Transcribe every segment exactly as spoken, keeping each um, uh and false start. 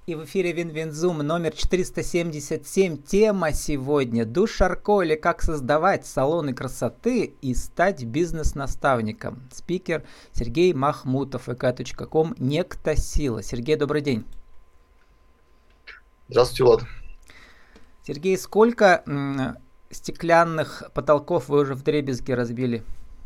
И в эфире Винвинзум номер четыреста семьдесят семь. Тема сегодня: DoSharco или как создавать салоны красоты и стать бизнес-наставником. Спикер Сергей Махмутов, вэ ка точка ком, Некто Сила. Сергей, добрый день. Здравствуйте, Влад. Сергей, сколько м, стеклянных потолков вы уже вдребезги разбили?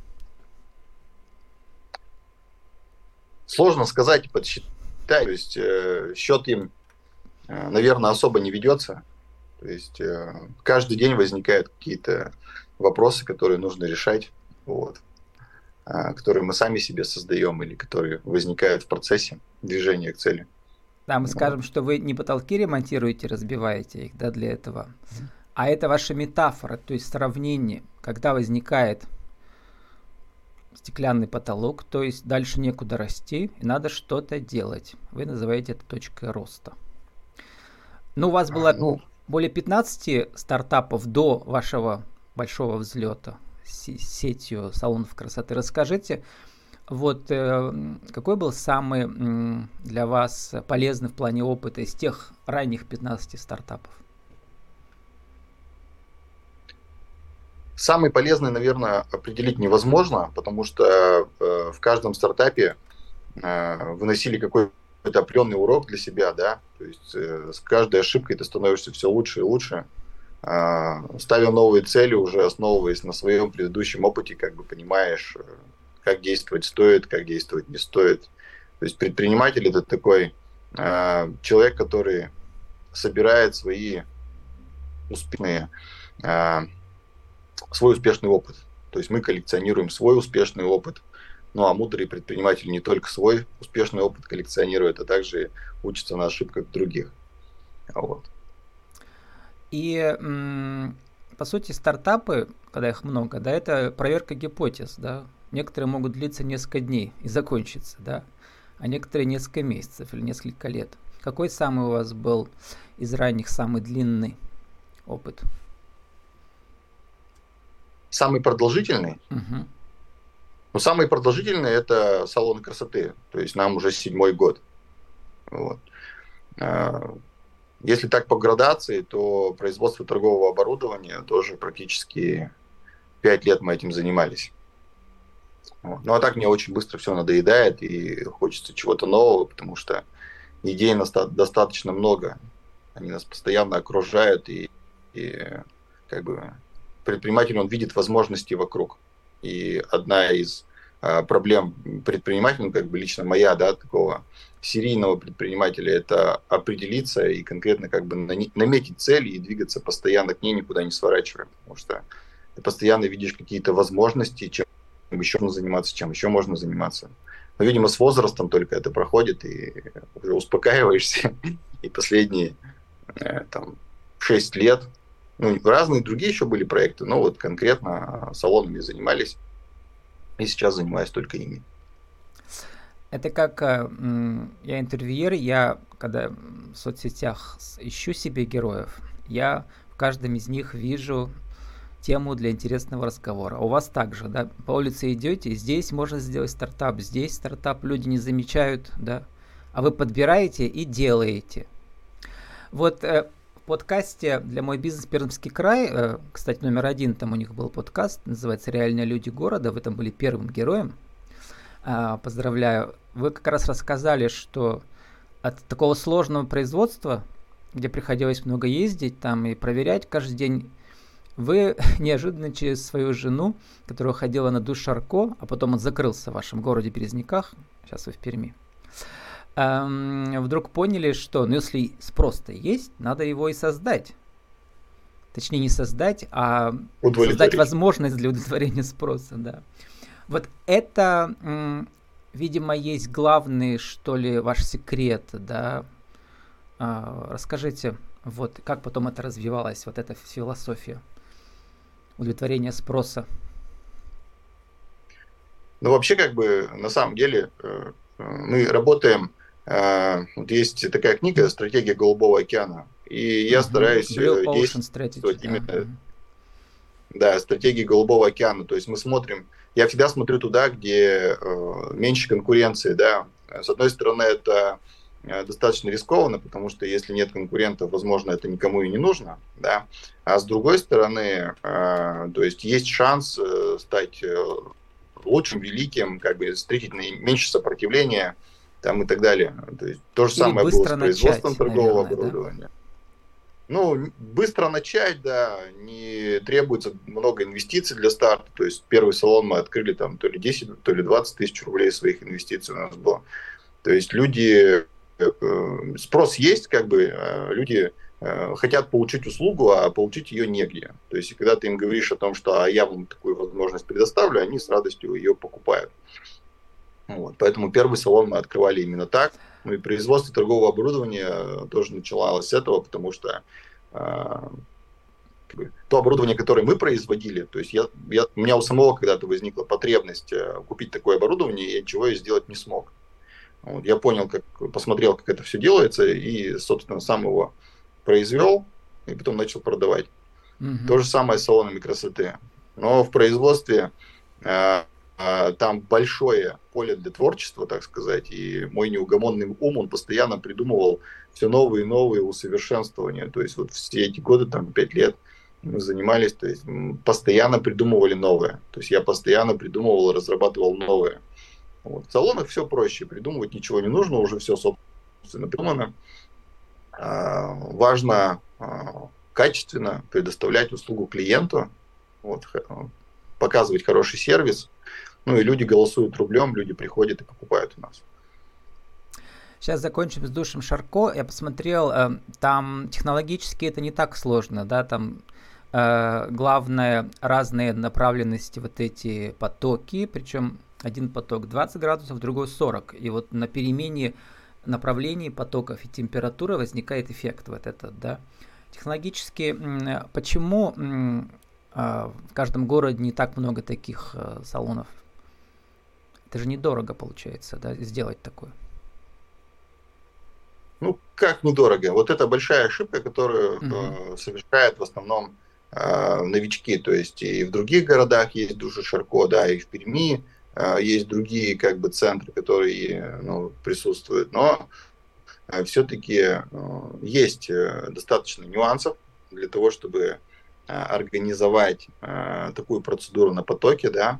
Сложно сказать и подсчитать. То есть э, счет им, э, наверное, особо не ведется. То есть э, каждый день возникают какие-то вопросы, которые нужно решать, вот, э, которые мы сами себе создаем или которые возникают в процессе движения к цели. Да, мы Вот. скажем, что вы не потолки ремонтируете, разбиваете их, да, для этого. А это ваша метафора, то есть сравнение, когда возникает стеклянный потолок, то есть дальше некуда расти, и надо что-то делать. Вы называете это точкой роста. Ну, у вас было Ну, более пятнадцати стартапов до вашего большого взлета с сетью салонов красоты. Расскажите, вот э, какой был самый м, для вас полезный в плане опыта из тех ранних пятнадцати стартапов? самый полезный, наверное, определить невозможно, потому что э, в каждом стартапе э, выносили какой-то определенный урок для себя, да, то есть э, с каждой ошибкой ты становишься все лучше и лучше, а, ставя новые цели, уже основываясь на своем предыдущем опыте, как бы понимаешь, э, как действовать стоит, как действовать не стоит. То есть предприниматель это такой э, человек, который собирает свои успешные, э, свой успешный опыт. То есть мы коллекционируем свой успешный опыт. Ну а мудрый предприниматель не только свой успешный опыт коллекционирует, а также учится на ошибках других. Вот. И м, по сути стартапы, когда их много, да, это проверка гипотез, да. Некоторые могут длиться несколько дней и закончиться, да, а некоторые несколько месяцев или несколько лет. Какой самый у вас был из ранних самый длинный опыт? Самый продолжительный, Угу. ну, самый продолжительный это салон красоты. То есть нам уже седьмой год. Вот. А, Если так по градации, то производство торгового оборудования тоже практически пять лет мы этим занимались. Вот. Ну а так мне очень быстро все надоедает и хочется чего-то нового, потому что идей наста- достаточно много. Они нас постоянно окружают, и, и как бы предприниматель, он видит возможности вокруг. И одна из а, проблем предпринимателя, ну, как бы лично моя, да, такого серийного предпринимателя, это определиться и конкретно как бы нане- наметить цель и двигаться постоянно к ней, никуда не сворачивая. Потому что ты постоянно видишь какие-то возможности, чем еще можно заниматься, чем еще можно заниматься. Но, видимо, с возрастом только это проходит, и уже успокаиваешься. И последние э, там, шесть лет, ну, разные другие еще были проекты, но вот конкретно салонами занимались, и сейчас занимаюсь только ими. Это как э, м, я интервьюер, я когда в соцсетях с- ищу себе героев, я в каждом из них вижу тему для интересного разговора. У вас также, да, по улице идете, здесь можно сделать стартап, здесь стартап люди не замечают, да, а вы подбираете и делаете. Вот э, в подкасте для «Мой бизнес Пермский край», э, кстати, номер один, там у них был подкаст, называется «Реальные люди города», вы там были первым героем. А, поздравляю. Вы как раз рассказали, что от такого сложного производства, где приходилось много ездить там и проверять каждый день, вы неожиданно через свою жену, которая ходила на DoSharco, а потом он закрылся в вашем городе Березниках, сейчас вы в Перми, эм, вдруг поняли, что ну если спрос-то есть, надо его и создать. Точнее, не создать, а создать Удовлетворить. возможность для удовлетворения спроса, да. Вот это, м, видимо, есть главный, что ли, ваш секрет, да. А, расскажите, вот как потом это развивалось, вот эта философия удовлетворения спроса. Но вообще, как бы, на самом деле, э, э, мы работаем, э, вот есть такая книга «Стратегия Голубого океана», и я Мгм. стараюсь Blue э, Ocean Strategy, действовать да. именно, Мгм. да, стратегии Голубого океана. То есть мы смотрим, я всегда смотрю туда, где э, меньше конкуренции, да. С одной стороны, это достаточно рискованно, потому что если нет конкурентов, возможно, это никому и не нужно, да. А с другой стороны, то есть есть шанс стать лучшим, великим, как бы встретить меньше сопротивления там и так далее. То есть то же Или самое было с производством начать, торгового наверное, оборудования. Да? Ну, быстро начать, да, не требуется много инвестиций для старта. То есть первый салон мы открыли там то ли десять, то ли двадцать тысяч рублей своих инвестиций у нас было. То есть люди, спрос есть, как бы, люди хотят получить услугу, а получить ее негде. То есть, когда ты им говоришь о том, что а я вам такую возможность предоставлю, они с радостью ее покупают. Вот. Поэтому первый салон мы открывали именно так. Ну и производство торгового оборудования тоже началось с этого, потому что э, то оборудование, которое мы производили, то есть я, я, у меня у самого когда-то возникла потребность купить такое оборудование, и чего я сделать не смог. Вот. Я понял, как, посмотрел, как это все делается, и, собственно, сам его произвел, и потом начал продавать. Mm-hmm. То же самое с салонами красоты. Но в производстве э, э, там большое поле для творчества, так сказать, и мой неугомонный ум, он постоянно придумывал все новые и новые усовершенствования. То есть вот все эти годы, там пять лет мы занимались, то есть постоянно придумывали новое. То есть я постоянно придумывал, разрабатывал новое. Вот. В салонах все проще, придумывать ничего не нужно, уже все, собственно, придумано. А, важно а, качественно предоставлять услугу клиенту, вот, показывать хороший сервис. Ну и люди голосуют рублем, люди приходят и покупают у нас. Сейчас закончим с Душем Шарко. Я посмотрел, там технологически это не так сложно, да, там э, главное разные направленности, вот эти потоки, причем один поток двадцать градусов, другой сорок. И вот на перемене направлений потоков и температуры возникает эффект вот этот, да. Технологически, почему в каждом городе не так много таких салонов? Это же недорого получается, да, сделать такое. Ну, как недорого? Вот это большая ошибка, которую uh-huh. совершают в основном новички. То есть и в других городах есть Душа Шарко, да, и в Перми есть другие как бы центры, которые, ну, присутствуют, но все-таки есть достаточно нюансов для того, чтобы организовать такую процедуру на потоке, да,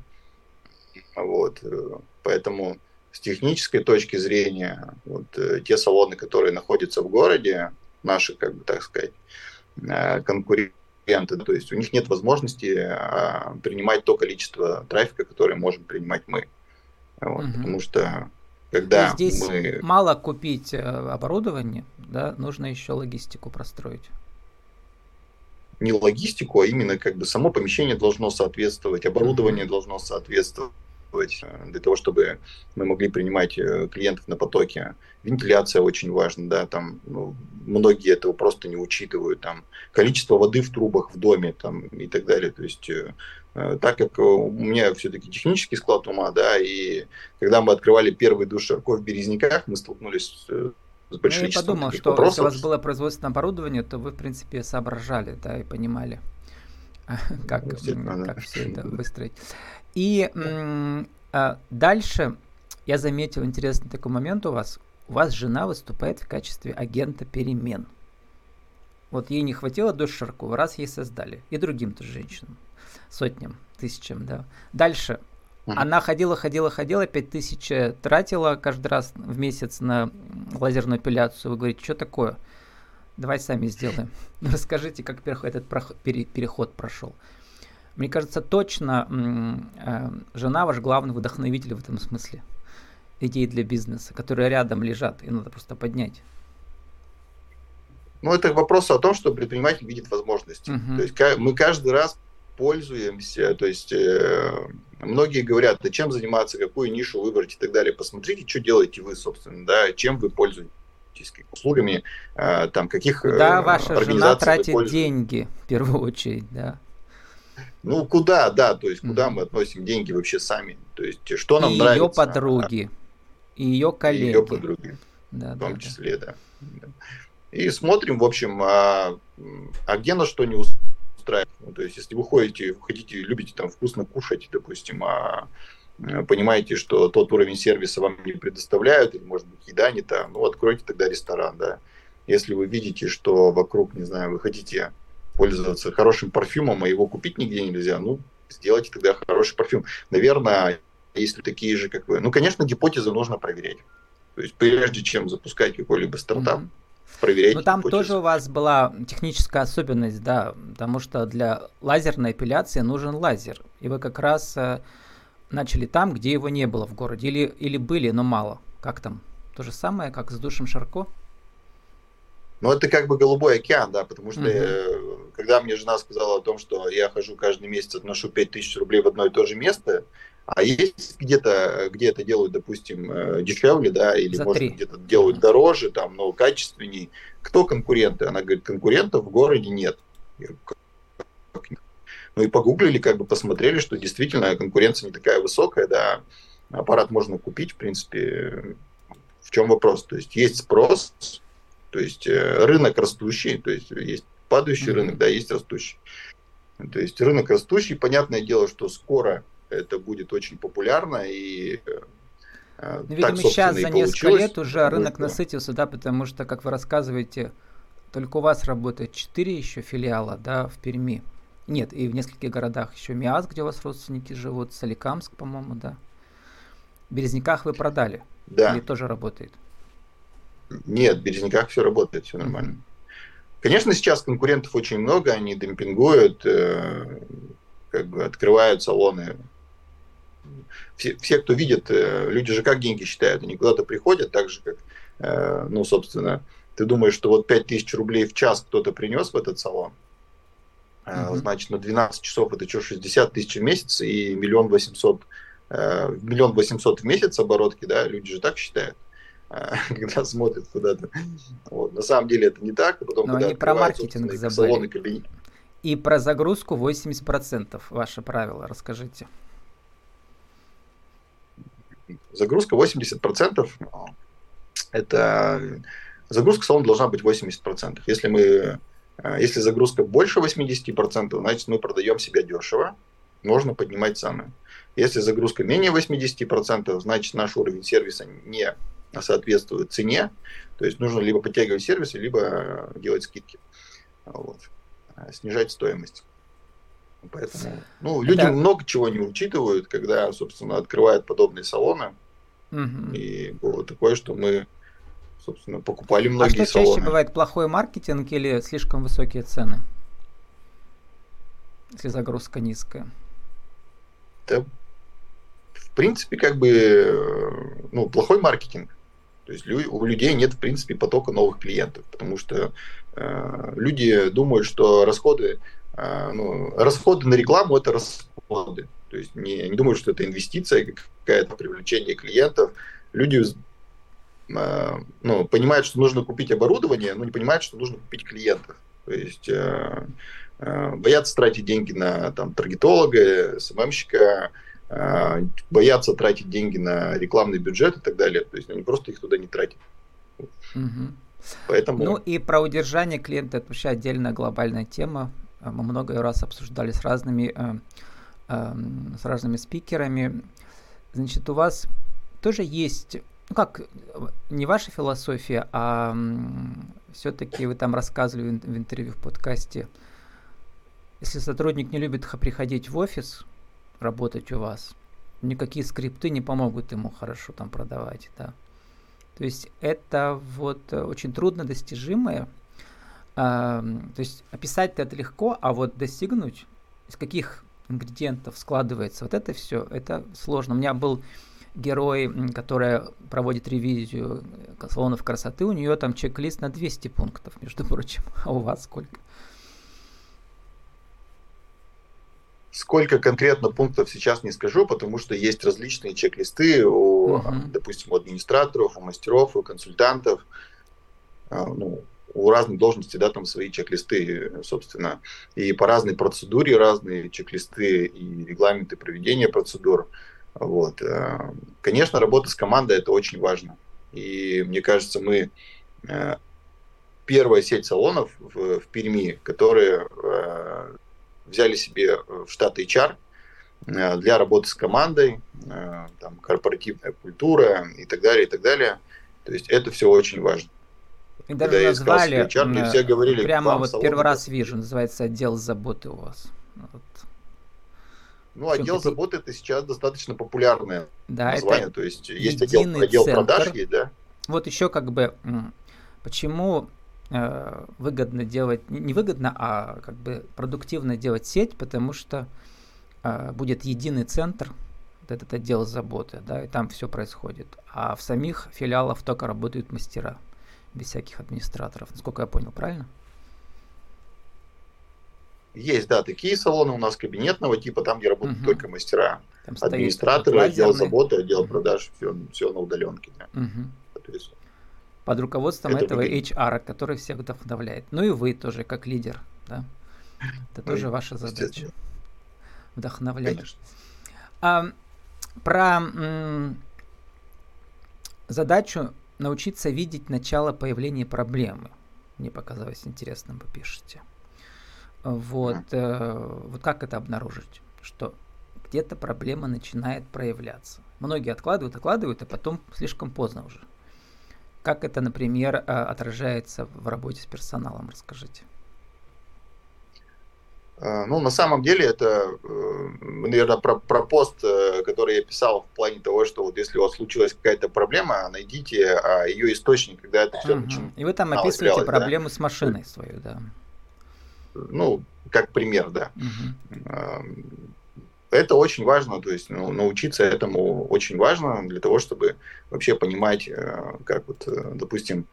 вот, поэтому с технической точки зрения вот те салоны, которые находятся в городе, наши, как бы так сказать, конкуренты, то есть у них нет возможности а, принимать то количество трафика, которое можем принимать мы. Вот, угу. Потому что когда и здесь мы... мало купить оборудование, да, нужно еще логистику простроить. Не логистику, а именно как бы само помещение должно соответствовать, оборудование угу. должно соответствовать для того, чтобы мы могли принимать клиентов на потоке. Вентиляция очень важна, да, там, ну, многие этого просто не учитывают, там, количество воды в трубах в доме, там, и так далее. То есть, э, так как у меня все-таки технический склад ума, да, и когда мы открывали первый Душ Шарко в Березниках, мы столкнулись с с большим количеством Я подумал, что вопросов. если у вас было производственное оборудование, то вы, в принципе, соображали, да, и понимали, как, ну, как все это выстроить. И м- а дальше я заметил интересный такой момент у вас. У вас жена выступает в качестве агента перемен. Вот ей не хватило Душ Шарко, вы раз ей создали. И другим тоже женщинам, сотням, тысячам, да. Дальше. Она ходила, ходила, ходила, пять тысяч тратила каждый раз в месяц на лазерную эпиляцию. Вы говорите, что такое? Давай сами сделаем. Расскажите, как этот переход прошел. Мне кажется, точно жена ваш главный вдохновитель в этом смысле. Идеи для бизнеса, которые рядом лежат, и надо просто поднять. Ну, это вопрос о том, что предприниматель видит возможности. Uh-huh. То есть мы каждый раз пользуемся, то есть э, многие говорят, да чем заниматься, какую нишу выбрать и так далее. Посмотрите, что делаете вы, собственно, да, чем вы пользуетесь, услугами, э, там, каких Куда э, ваша жена тратит деньги, в первую очередь, да. Ну, куда, да, то есть, куда mm-hmm. мы относим деньги вообще сами, то есть, что нам и нравится. Ее подруги, и ее коллеги. И ее подруги, да, в том да, числе, да. да. И смотрим, в общем, а, а где на что не устраивает. Ну, то есть, если вы ходите, вы хотите, любите там вкусно кушать, допустим, а понимаете, что тот уровень сервиса вам не предоставляют, или, может быть, еда не та, ну, откройте тогда ресторан, да. Если вы видите, что вокруг, не знаю, вы хотите пользоваться хорошим парфюмом, а его купить нигде нельзя, ну, сделайте тогда хороший парфюм. Наверное, если такие же, как вы. Ну, конечно, гипотезы нужно проверять. То есть, прежде чем запускать какой-либо стартап, Мгм. проверяйте Но там гипотезы. тоже у вас была техническая особенность, да, потому что для лазерной эпиляции нужен лазер. И вы как раз э, начали там, где его не было в городе. Или, или были, но мало. Как там? То же самое, как с душем Шарко? Но это как бы голубой океан, да, потому что Мгм. э, когда мне жена сказала о том, что я хожу каждый месяц, отношу пять тысяч рублей в одно и то же место, а есть где-то, где это делают, допустим, э, дешевле, да, или, За может быть, три. где-то делают Мгм. дороже, там, но качественней. Кто конкуренты? Она говорит, конкурентов в городе нет. Я говорю, как нет? Ну и погуглили, как бы посмотрели, что действительно конкуренция не такая высокая, да, аппарат можно купить, в принципе, в чем вопрос? То есть есть спрос, то есть э, рынок растущий, то есть есть падающий рынок, Мгм. да, есть растущий. То есть рынок растущий, понятное дело, что скоро это будет очень популярно, и э, Ну, так, видимо, сейчас собственно, и за несколько получилось, лет уже потому рынок что, насытился, да, потому что, как вы рассказываете, только у вас работает четыре еще филиала, да, в Перми. Нет, и в нескольких городах еще Миас, где у вас родственники живут, Соликамск, по-моему, да. В Березниках вы продали? Или да, тоже работает? нет, в Березниках все работает, все Мгм. нормально. Конечно, сейчас конкурентов очень много, они демпингуют, э, как бы открывают салоны. Все, все, кто видит, э, люди же как деньги считают, они куда-то приходят, так же, как, э, ну, собственно, ты думаешь, что вот пять тысяч рублей в час кто-то принес в этот салон, э, Мгм. значит, на двенадцать часов это что, шестьдесят тысяч в месяц и миллион восемьсот, э, миллион восемьсот в месяц оборотки, да, люди же так считают, э, когда смотрят куда-то. Вот. На самом деле это не так, и потом, Но когда они про открывают маркетинг собственные салоны, забыли. кабинеты, И про загрузку восемьдесят процентов. Ваше правило, расскажите. загрузка восемьдесят процентов, это загрузка салона должна быть восемьдесят процентов. Если мы, если загрузка больше восемьдесят процентов, значит мы продаем себя дешево, можно поднимать цены. Если загрузка менее восемьдесят процентов, значит наш уровень сервиса не соответствует цене, то есть нужно либо подтягивать сервисы, либо делать скидки, вот, снижать стоимость. Поэтому, ну, люди Это... много чего не учитывают, когда, собственно, открывают подобные салоны. Мгм. И было такое, что мы, собственно, покупали А многие что чаще салоны. бывает, плохой маркетинг или слишком высокие цены, если загрузка низкая? Это, в принципе, как бы, э, ну, плохой маркетинг. То есть лю- у людей нет, в принципе, потока новых клиентов, потому что э, люди думают, что расходы, э, ну, расходы на рекламу – это расходы. То есть не, не думают, что это инвестиция, какая-то привлечение клиентов. Люди э, ну, понимают, что нужно купить оборудование, но не понимают, что нужно купить клиентов. То есть э, э, боятся тратить деньги на там, таргетолога, СММщика, э, боятся тратить деньги на рекламный бюджет и так далее. То есть они просто их туда не тратят. Мгм. Ну Поэтому и про удержание клиента это вообще отдельная глобальная тема. А Мы много раз обсуждали с разными, э, эм, с разными спикерами. Значит, у вас тоже есть, ну как, э, не ваша философия, а все-таки вы там рассказывали в ин- в интервью в подкасте, если сотрудник не любит х- приходить в офис, работать у вас, никакие скрипты не помогут ему хорошо там продавать, да. То есть это вот э, очень трудно достижимое. Ам, то есть описать это легко, а вот достигнуть, из каких ингредиентов складывается вот это все, это сложно. У меня был герой, м, которая проводит ревизию э, салонов красоты, у нее там чек-лист на двести пунктов, между прочим. А у вас сколько? сколько конкретно пунктов сейчас не скажу, потому что есть различные чек-листы у, Мгм. допустим, у администраторов, у мастеров, у консультантов. А, ну, у разных должностей, да, там свои чек-листы, собственно, и по разной процедуре разные чек-листы и регламенты проведения процедур. Вот. а, Конечно, работа с командой – это очень важно. И мне кажется, мы э, первая сеть салонов в, в Перми, которые э, взяли себе в штат эйч ар, э, для работы с командой, э, там, корпоративная культура и так далее, и так далее. То есть это все очень важно. И Когда даже я искал себе назвали, эйч ар, мне все говорили, к прямо вам в вот салон первый раз красоты. вижу, называется отдел заботы у вас. Вот. Ну, отдел такой... заботы это сейчас достаточно популярное да, название. Это То есть есть отдел, единый отдел центр. продаж, есть, да? Вот еще как бы почему э, выгодно делать, не выгодно, а как бы продуктивно делать сеть, потому что э, будет единый центр, вот этот отдел заботы, да, и там все происходит. А в самих филиалах только работают мастера, без всяких администраторов. Насколько я понял, правильно? Есть, да, такие салоны у нас кабинетного типа, там, где работают угу. только мастера. Там администраторы, отдел заботы, отдел продаж, все, все на удаленке. Да. Угу. Под руководством это этого выгодно. эйч ар, который всех вдохновляет. Ну и вы тоже, как лидер, да? Это ну, тоже ваша задача. Вдохновлять. Конечно. А, про м, задачу научиться видеть начало появления проблемы. Мне показалось интересным, вы пишете. Вот, э, вот как это обнаружить? Что где-то проблема начинает проявляться. Многие откладывают, откладывают, а потом слишком поздно уже. Как это, например, отражается в работе с персоналом? Расскажите. Ну, на самом деле, это, наверное, про, про пост, который я писал в плане того, что вот если у вас случилась какая-то проблема, найдите ее источник, когда это все угу. начиналось. И вы там описываете проблему да? с машиной свою, да? Ну, как пример, да. Угу. Это очень важно, то есть ну, научиться этому очень важно для того, чтобы вообще понимать, как вот, допустим,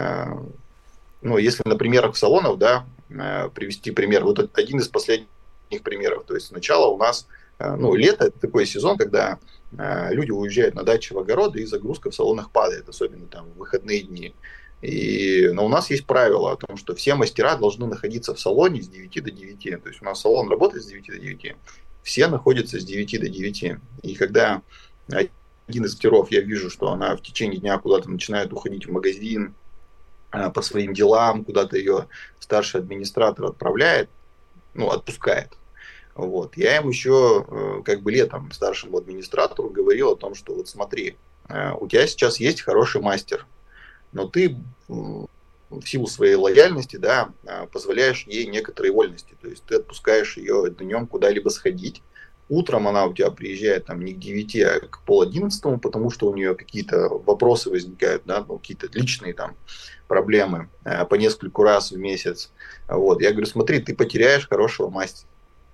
ну, если на примерах салонов, да, привести пример, вот один из последних примеров, то есть сначала у нас, ну, лето – это такой сезон, когда люди уезжают на дачи в огороды, и загрузка в салонах падает, особенно там в выходные дни. И, но у нас есть правило о том, что все мастера должны находиться в салоне с девяти до девяти, то есть у нас салон работает с девяти до девяти. Все находятся с девяти до девяти. И когда один из мастеров, я вижу, что она в течение дня куда-то начинает уходить в магазин по своим делам, куда-то ее старший администратор отправляет, ну, отпускает. Вот. Я им еще как бы летом старшему администратору говорил о том, что вот смотри, у тебя сейчас есть хороший мастер, но ты в силу своей лояльности, да, позволяешь ей некоторые вольности. То есть ты отпускаешь ее днем куда-либо сходить. Утром она у тебя приезжает там не к девяти, а к пол одиннадцатому, потому что у нее какие-то вопросы возникают, да, ну, какие-то личные там проблемы по нескольку раз в месяц. Вот. Я говорю, смотри, ты потеряешь хорошего мастера.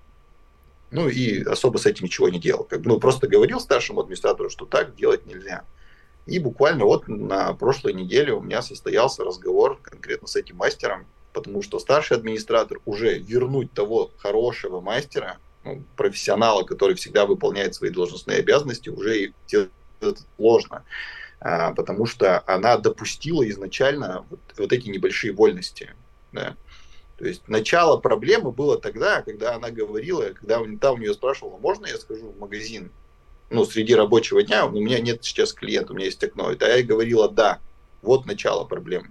Ну и особо с этим ничего не делал. Как, ну, просто говорил старшему администратору, что так делать нельзя. И буквально вот на прошлой неделе у меня состоялся разговор конкретно с этим мастером, потому что старший администратор уже вернуть того хорошего мастера, ну, профессионала, который всегда выполняет свои должностные обязанности, уже делать сложно, а, потому что она допустила изначально вот, вот эти небольшие вольности. Да. То есть начало проблемы было тогда, когда она говорила, когда там у нее спрашивала, можно я схожу в магазин? Ну, среди рабочего дня, у меня нет сейчас клиента, у меня есть окно. Это я ей говорила, да, вот начало проблемы.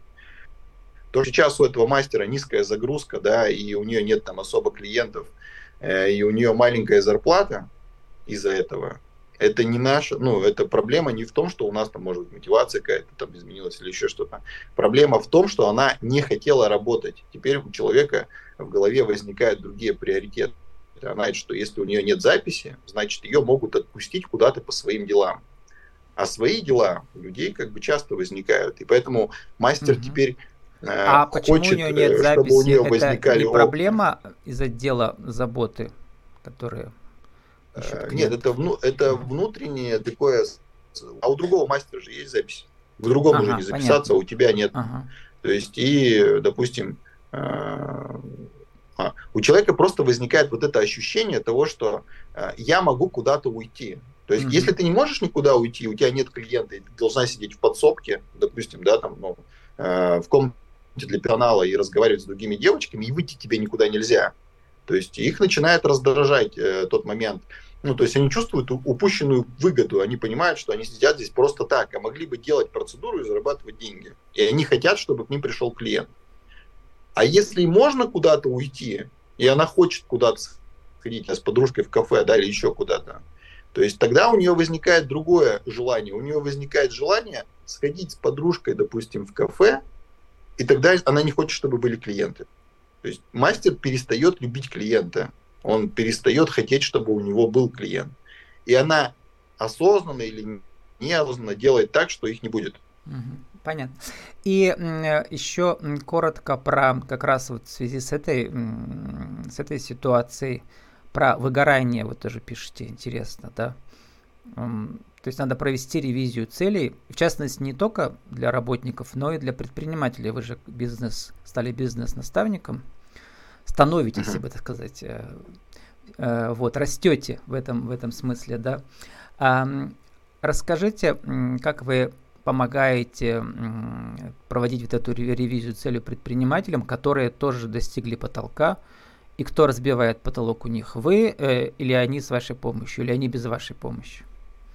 То сейчас у этого мастера низкая загрузка, да, и у нее нет там особо клиентов, э, и у нее маленькая зарплата из-за этого. Это не наша, ну, это проблема не в том, что у нас там, может быть, мотивация какая-то там изменилась или еще что-то. Проблема в том, что она не хотела работать. Теперь у человека в голове возникают другие приоритеты. Она знает, что если у нее нет записи, значит, ее могут отпустить куда-то по своим делам. А свои дела у людей как бы часто возникают. И поэтому мастер угу. теперь э, а хочет, почему у нее нет записи? чтобы у нее это возникали... не проблема из отдела заботы, которые... Нет, это, вну, это внутреннее такое... А у другого мастера же есть запись. К другому ага, уже не записаться, понятно. А у тебя нет. Ага. То есть, и, допустим... Э, А, у человека просто возникает вот это ощущение того, что э, я могу куда-то уйти. То есть, mm-hmm. если ты не можешь никуда уйти, у тебя нет клиента, и ты должна сидеть в подсобке, допустим, да, там, ну, э, в комнате для персонала и разговаривать с другими девочками, и выйти тебе никуда нельзя. То есть, их начинает раздражать э, тот момент. Ну, то есть, они чувствуют упущенную выгоду, они понимают, что они сидят здесь просто так, а могли бы делать процедуру и зарабатывать деньги. И они хотят, чтобы к ним пришел клиент. А если можно куда-то уйти, и она хочет куда-то сходить с подружкой в кафе, да, или еще куда-то. То есть тогда у нее возникает другое желание. У нее возникает желание сходить с подружкой, допустим, в кафе, и тогда она не хочет, чтобы были клиенты. То есть мастер перестает любить клиента. Он перестает хотеть, чтобы у него был клиент. И она осознанно или неосознанно делает так, что их не будет. Понятно. И еще коротко про как раз вот в связи с этой, с этой ситуацией, про выгорание, вы тоже пишете, интересно, да? То есть надо провести ревизию целей, в частности, не только для работников, но и для предпринимателей. Вы же бизнес, стали бизнес-наставником, становитесь, uh-huh. бы так сказать, вот, растете в этом, в этом смысле, да? Расскажите, как вы помогаете проводить вот эту ревизию целей предпринимателям, которые тоже достигли потолка, и кто разбивает потолок у них? Вы э, или они с вашей помощью, или они без вашей помощи?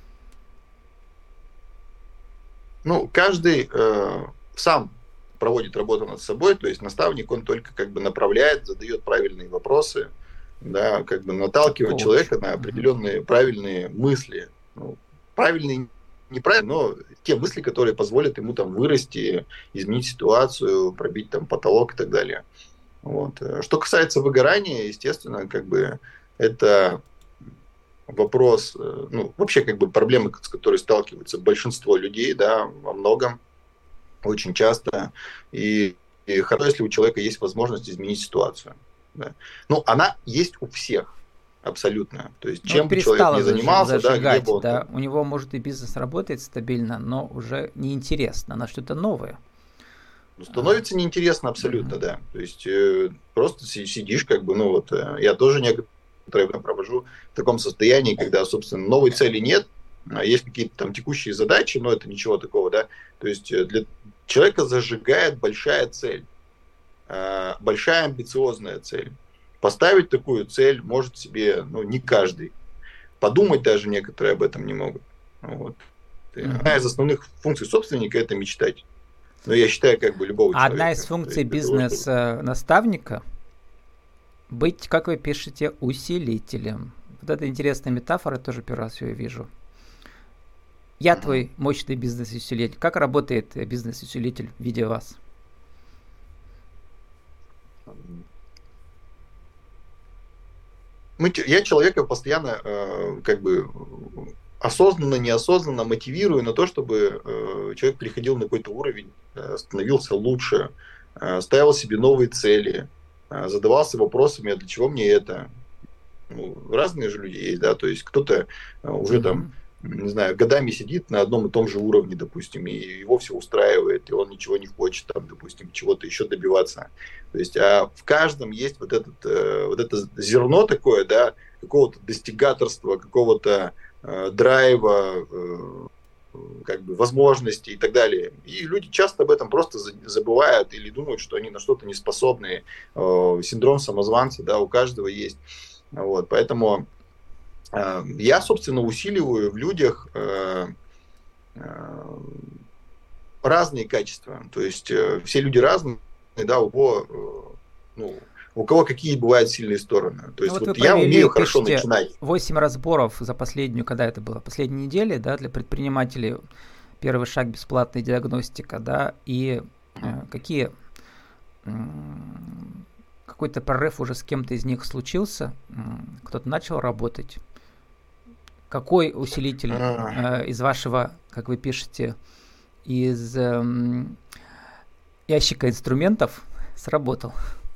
Ну, каждый э, сам проводит работу над собой, то есть наставник, он только как бы направляет, задает правильные вопросы, да, как бы наталкивает Коуч. человека на определенные uh-huh. правильные мысли. Ну, правильные, неправильные, но те мысли, которые позволят ему там вырасти, изменить ситуацию, пробить там потолок и так далее. Вот. Что касается выгорания, естественно, как бы это вопрос, ну, вообще как бы проблемы, с которой сталкиваются большинство людей, да, во многом, очень часто. И, и хорошо, если у человека есть возможность изменить ситуацию. Да. Ну, она есть у всех. Абсолютно. То есть, чем бы человек не занимался, зажигать, да, где бы он... да, у него, может, и бизнес работает стабильно, но уже неинтересно, на что-то новое. Становится неинтересно абсолютно, mm-hmm. да. То есть э, просто сидишь, как бы, ну вот, э, я тоже некоторое время провожу в таком состоянии, когда, собственно, новой цели нет, а есть какие-то там текущие задачи, но это ничего такого, да. То есть э, для человека зажигает большая цель, э, большая амбициозная цель. Поставить такую цель может себе, ну, не каждый. Подумать даже некоторые об этом не могут. Вот. Mm-hmm. Одна из основных функций собственника – это мечтать. Но я считаю, как бы любого человека. Одна из функций бизнес-наставника – быть, как вы пишете, усилителем. Вот это интересная метафора, тоже первый раз ее вижу. Я uh-huh. твой мощный бизнес-усилитель. Как работает бизнес-усилитель в виде вас? Мы, я человека постоянно э, как бы осознанно, неосознанно мотивирую на то, чтобы э, человек переходил на какой-то уровень, э, становился лучше, э, ставил себе новые цели, э, задавался вопросами, а для чего мне это? Ну, разные же люди есть, да, то есть кто-то э, уже mm-hmm. там, не знаю, годами сидит на одном и том же уровне, допустим, и его все устраивает, и он ничего не хочет, там, допустим, чего-то еще добиваться. То есть, а в каждом есть вот, этот, э, вот это зерно такое, да, какого-то достигаторства, какого-то э, драйва, э, как бы возможностей и так далее. И люди часто об этом просто забывают или думают, что они на что-то не способны. Э, синдром самозванца, да, у каждого есть. Вот, поэтому э, я, собственно, усиливаю в людях э, э, разные качества. То есть э, все люди разные, да, у кого, э, ну, у кого какие бывают сильные стороны. То есть ну, вот, вот я провели, умею хорошо начинать. восемь разборов за последнюю, когда это было, последние недели, да, для предпринимателей. Первый шаг — бесплатная диагностика, да, и э, какие... Э, какой-то прорыв уже с кем-то из них случился, кто-то начал работать. Какой усилитель э, из вашего, как вы пишете, из э, ящика инструментов сработал?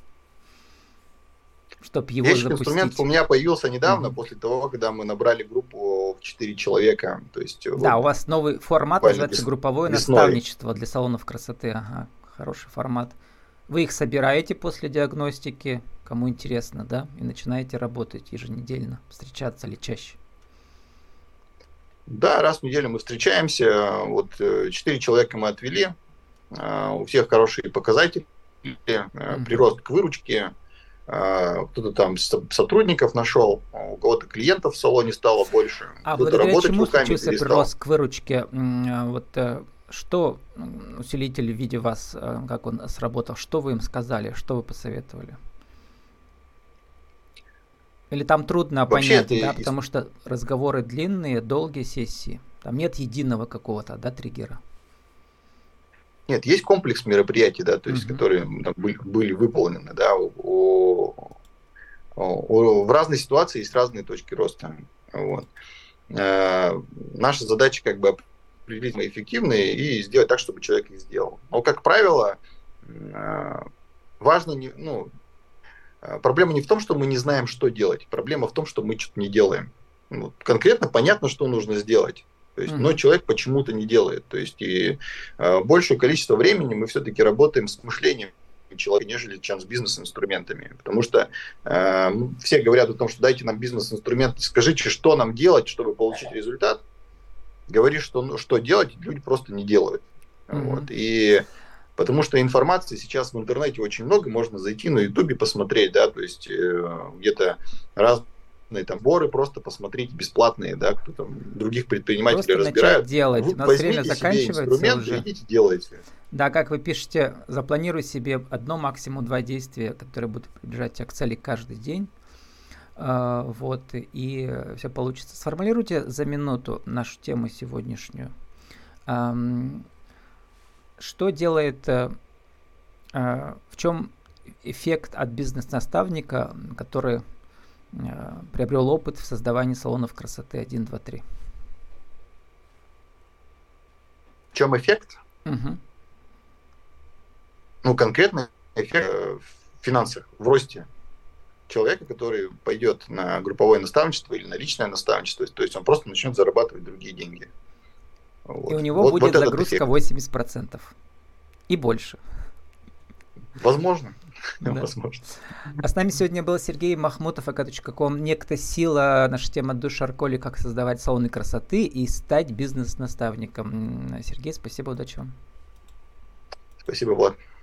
Чтоб его Ящик запустить. инструментов у меня появился недавно, mm-hmm. после того, когда мы набрали группу в четыре человека. То есть, да, вот, у вас новый формат называется групповое весной. Наставничество для салонов красоты. Ага, хороший формат. Вы их собираете после диагностики, кому интересно, да, и начинаете работать еженедельно, встречаться или чаще? Да, раз в неделю мы встречаемся. Вот четыре человека мы отвели, у всех хорошие показатели, mm-hmm. прирост к выручке, кто-то там сотрудников нашел, у кого-то клиентов в салоне стало больше. А благодаря чему случился прирост к выручке? Вот что усилитель в виде вас, как он сработал, что вы им сказали, что вы посоветовали? Или там трудно Вообще понять, это да, из- потому что разговоры длинные, долгие сессии. Там нет единого какого-то, да, триггера. нет, есть комплекс мероприятий, да, то есть, Мгм. которые там были, были выполнены, да, у- у- в разной ситуации есть разные точки роста. Вот. Э, Наша задача как бы определить мы эффективные и сделать так, чтобы человек их сделал. Но, как правило, э, важно, не, ну, э, проблема не в том, что мы не знаем, что делать. Проблема в том, что мы что-то не делаем. Вот. Конкретно понятно, что нужно сделать. То есть, но Мгм. человек почему-то не делает. То есть, и э, большее количество времени мы все-таки работаем с мышлением человека, нежели чем с бизнес-инструментами. Потому что э, все говорят о том, что дайте нам бизнес-инструмент, скажите, что нам делать, чтобы получить результат. Говоришь, что, ну, что делать, люди просто не делают. Вот. Мгм. И потому что информации сейчас в интернете очень много, можно зайти на ютубе посмотреть, да, то есть э, где-то разные там боры, просто посмотреть бесплатные, да, кто там других предпринимателей Просто начать разбирают. делать. Вы У нас время возьмите себе заканчивается инструменты, уже. идите делайте. Да, как вы пишете, запланируй себе одно, максимум два действия, которые будут приближать тебя к цели каждый день. А, Вот, и все получится. Сформулируйте за минуту нашу тему сегодняшнюю. Ам, Что делает, э, а, в чем эффект от бизнес-наставника, который э, приобрел опыт в создавании салонов красоты один, два, три? В чем эффект? Мгм. Ну, конкретно эффект э, в финансах, в росте человека, который пойдет на групповое наставничество или на личное наставничество, то есть он просто начнет зарабатывать другие деньги. И у Вот, него вот, будет вот этот загрузка эффект. восемьдесят процентов и больше. Возможно. Да. Возможно. А с нами сегодня был Сергей Махмутов, а ка точка ком, некто сила, наша тема Душ Арколи, как создавать салоны красоты и стать бизнес-наставником. М, Сергей, спасибо, удачи вам. Спасибо, Влад.